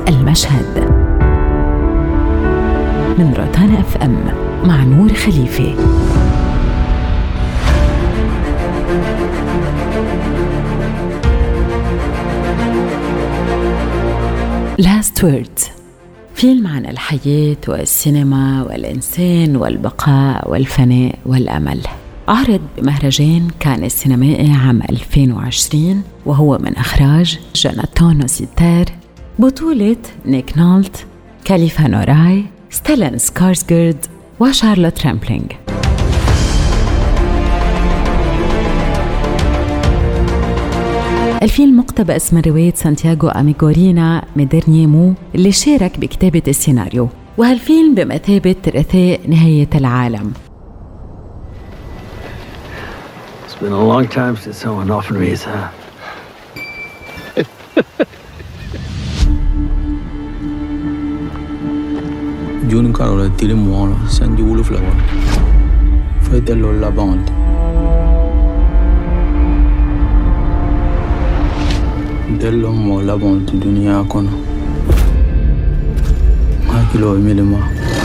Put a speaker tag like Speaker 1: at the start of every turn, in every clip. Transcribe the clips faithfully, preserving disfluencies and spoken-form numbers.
Speaker 1: المشهد من روتانا اف ام مع نور خليفة. Last Words، فيلم عن الحياة والسينما والإنسان والبقاء والفناء والأمل. عرض بمهرجان كان السينمائي عام ألفين وعشرين، وهو من إخراج جوناثان نوسيتير، بطولة نيك نولت، كاليفا نوراي، ستيلان سكارسغارد وشارلوت رامبلينغ. الفيلم مقتبس من رواية سانتياغو أميغورينا ميدرنيمو اللي شارك بكتابة السيناريو، وهالفيلم بمثابة رثاء نهاية العالم.
Speaker 2: It's been a long time since someone offered me his hand.
Speaker 3: June Carola tili muola sandi wulu flawa. Fete lo la bande. Dello mo la bande dunia kono. Ma kilo milima.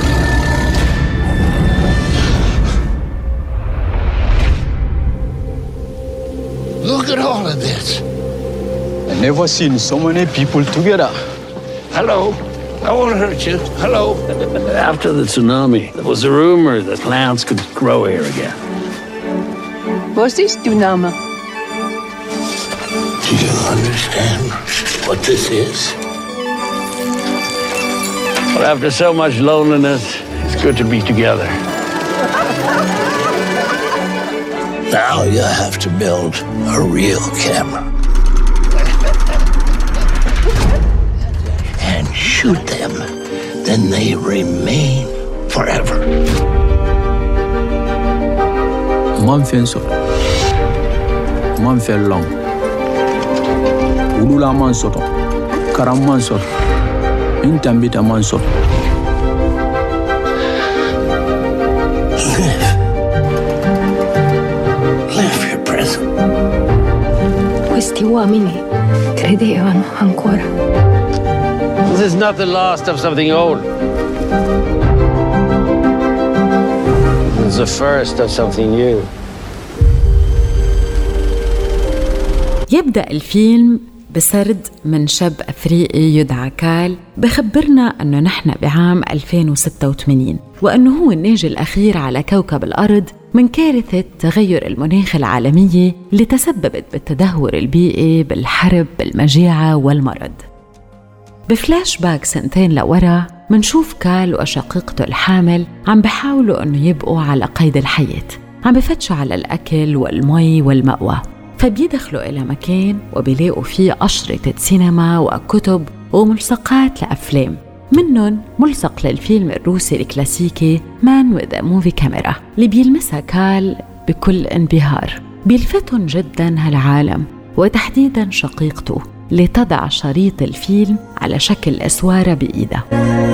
Speaker 4: Look at all of this.
Speaker 3: I never seen so many people together.
Speaker 4: Hello. I won't hurt you. Hello.
Speaker 2: After the tsunami, there was a rumor that plants could grow here again.
Speaker 5: Was this tsunami?
Speaker 4: Do you understand what this is?
Speaker 2: Well, after so much loneliness, it's good to be together.
Speaker 4: Now you have to build a real camera. And shoot them. Then they remain forever.
Speaker 3: Man fenso. Man fel long. Ulula man soto. Karam man soto. Intambita man soto.
Speaker 4: Live. Live your present.
Speaker 5: Questi uomini credevano ancora.
Speaker 2: This is not the last of something old. It's the first of something new.
Speaker 1: يبدأ الفيلم بسرد من شاب أفريقي يدعى كال، بخبرنا أنه نحن بعام ألفين وستة وثمانين، وأنه هو الناجي الأخير على كوكب الأرض من كارثة تغير المناخ العالمية اللي تسببت بالتدهور البيئي، بالحرب، بالمجاعة والمرض. بفلاش باك سنتين لورا منشوف كال وشقيقته الحامل عم بحاولوا أنه يبقوا على قيد الحياة، عم بفتشوا على الأكل والمي والمأوى. فبيدخلوا إلى مكان وبيلاقوا فيه أشرطة سينما وكتب وملصقات لأفلام، منهم ملصق للفيلم الروسي الكلاسيكي مان with a movie camera اللي بيلمسها كال بكل انبهار. بيلفتن جدا هالعالم، وتحديدا شقيقته اللي تضع شريط الفيلم على شكل أسوارة بإيدها.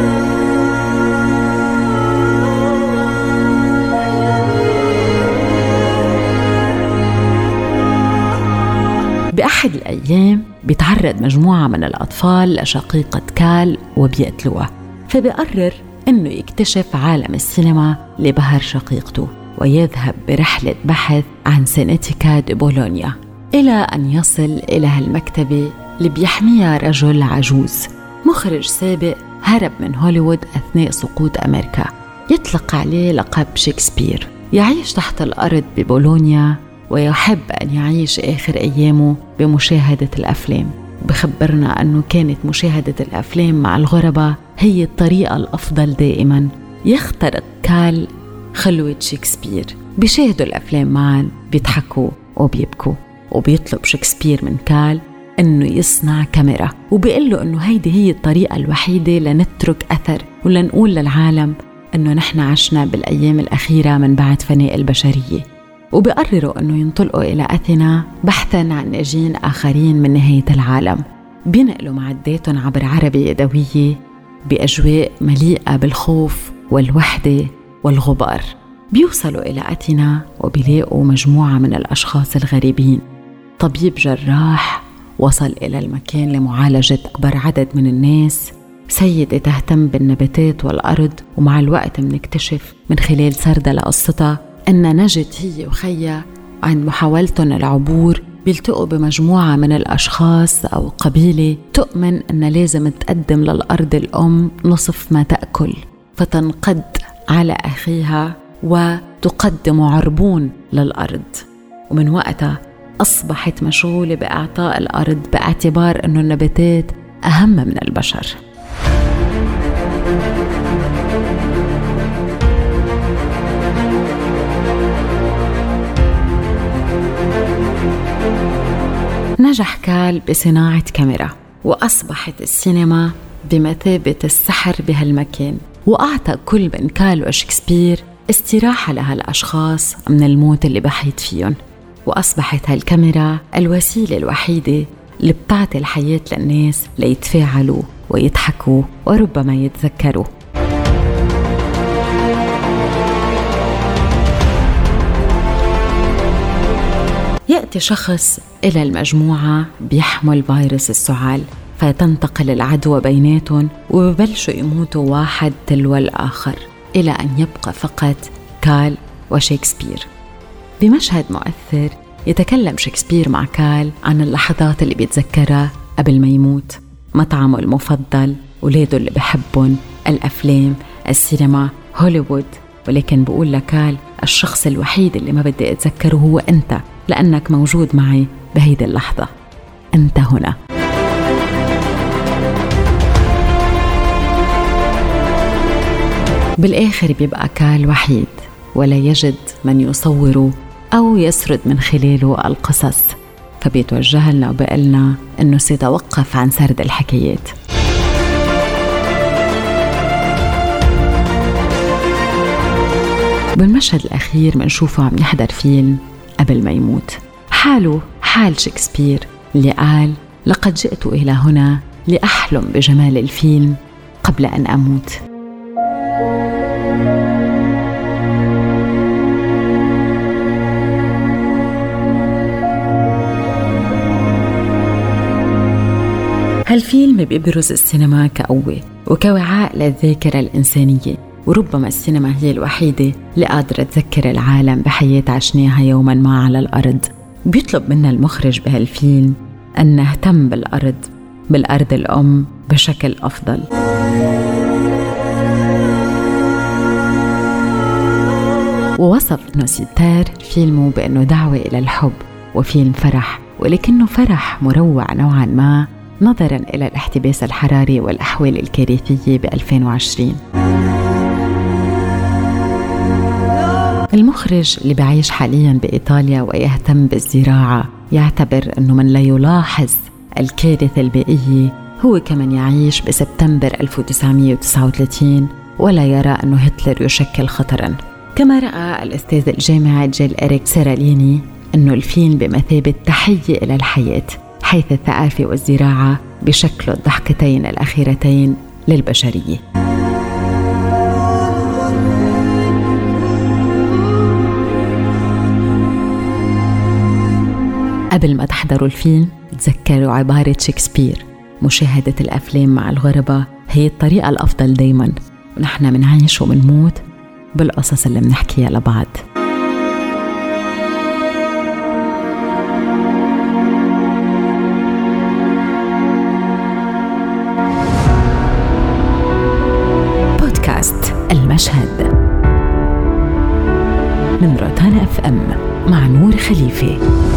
Speaker 1: بأحد الأيام بيتعرض مجموعة من الأطفال لشقيقة كال وبيقتلوها، فبيقرر إنه يكتشف عالم السينما لبهر شقيقته، ويذهب برحلة بحث عن سينيتيكا دي بولونيا، إلى أن يصل إلى هالمكتبة اللي بيحميها رجل عجوز مخرج سابق هرب من هوليوود أثناء سقوط أمريكا، يطلق عليه لقب شكسبير. يعيش تحت الأرض ببولونيا، ويحب أن يعيش آخر أيامه بمشاهدة الأفلام. بخبرنا أنه كانت مشاهدة الأفلام مع الغرباء هي الطريقة الأفضل دائما. يخترق كال خلوة شكسبير، بيشاهدوا الأفلام معا، بيضحكوا وبيبكوا، وبيطلب شكسبير من كال أنه يصنع كاميرا، وبيقول له أنه هيدي هي الطريقة الوحيدة لنترك أثر ولنقول للعالم أنه نحن عشنا بالأيام الأخيرة من بعد فناء البشرية. وبيقرروا أنه ينطلقوا إلى أثينا بحثاً عن ناجين آخرين من نهاية العالم. بينقلوا معداتهم عبر عربة يدوية بأجواء مليئة بالخوف والوحدة والغبار. بيوصلوا إلى أثينا وبيلاقوا مجموعة من الأشخاص الغريبين. طبيب جراح وصل إلى المكان لمعالجة أكبر عدد من الناس، سيدة تهتم بالنباتات والأرض، ومع الوقت منكتشف من خلال سردة لقصتها أن نجد هي وخيا عند محاولتهم العبور بيلتقوا بمجموعة من الأشخاص أو قبيلة تؤمن أن لازم تقدم للأرض الأم نصف ما تأكل، فتنقد على أخيها وتقدم عربون للأرض. ومن وقتها أصبحت مشغولة بإعطاء الأرض باعتبار أن النباتات أهم من البشر. نجح كال بصناعة كاميرا، وأصبحت السينما بمثابة السحر بهالمكان، وأعطى كل من كال وشكسبير استراحة لهالأشخاص من الموت اللي بحيت فيهم. وأصبحت هالكاميرا الوسيلة الوحيدة اللي بتعطي الحياة للناس ليتفاعلوا ويضحكوا وربما يتذكروا. يأتي شخص إلى المجموعة بيحمل فيروس السعال، فتنتقل العدوى بيناتهم وببلشوا يموتوا واحد تلو الآخر إلى أن يبقى فقط كال وشكسبير. بمشهد مؤثر يتكلم شكسبير مع كال عن اللحظات اللي بيتذكرها قبل ما يموت، مطعمه المفضل، ولاده اللي بحبهم، الأفلام، السينما، هوليوود. ولكن بقول لكال الشخص الوحيد اللي ما بدي أتذكره هو أنت، لأنك موجود معي بهيدي اللحظة، أنت هنا. بالآخر بيبقى كال وحيد ولا يجد من يصوره أو يسرد من خلاله القصص، فبيتوجه لنا وبقلنا أنه سيتوقف عن سرد الحكايات. بالمشهد الأخير منشوفه عم يحضر فيلم قبل ما يموت، حاله حال شكسبير اللي قال: لقد جئت إلى هنا لأحلم بجمال الفيلم قبل أن أموت. هالفيلم بيبرز السينما كقوة وكوعاء للذاكرة الإنسانية، وربما السينما هي الوحيدة اللي قادرة تذكر العالم بحياة عشناها يوما ما على الأرض. بيطلب منا المخرج بهالفيلم أن نهتم بالأرض بالأرض الأم بشكل أفضل. ووصف نوسيتار فيلمه بأنه دعوة إلى الحب وفيلم فرح، ولكنه فرح مروع نوعا ما نظرا إلى الاحتباس الحراري والأحوال الكارثية ب ألفين وعشرين. المخرج اللي بعيش حالياً بإيطاليا ويهتم بالزراعة يعتبر أنه من لا يلاحظ الكارثة البيئية هو كمن يعيش بسبتمبر ألف وتسعمائة وتسعة وثلاثين ولا يرى أنه هتلر يشكل خطراً. كما رأى الأستاذ الجامعي جيل إريك سيراليني أنه الفيلم بمثابة تحية إلى الحياة، حيث الثقافة والزراعة بشكل الضحكتين الأخيرتين للبشرية. قبل ما تحضروا الفيلم تذكروا عبارة شكسبير: مشاهدة الأفلام مع الغرباء هي الطريقة الأفضل دايماً، ونحن منعيش ومنموت بالقصص اللي منحكيها لبعض. بودكاست المشهد من روتانا اف ام مع نور خليفة.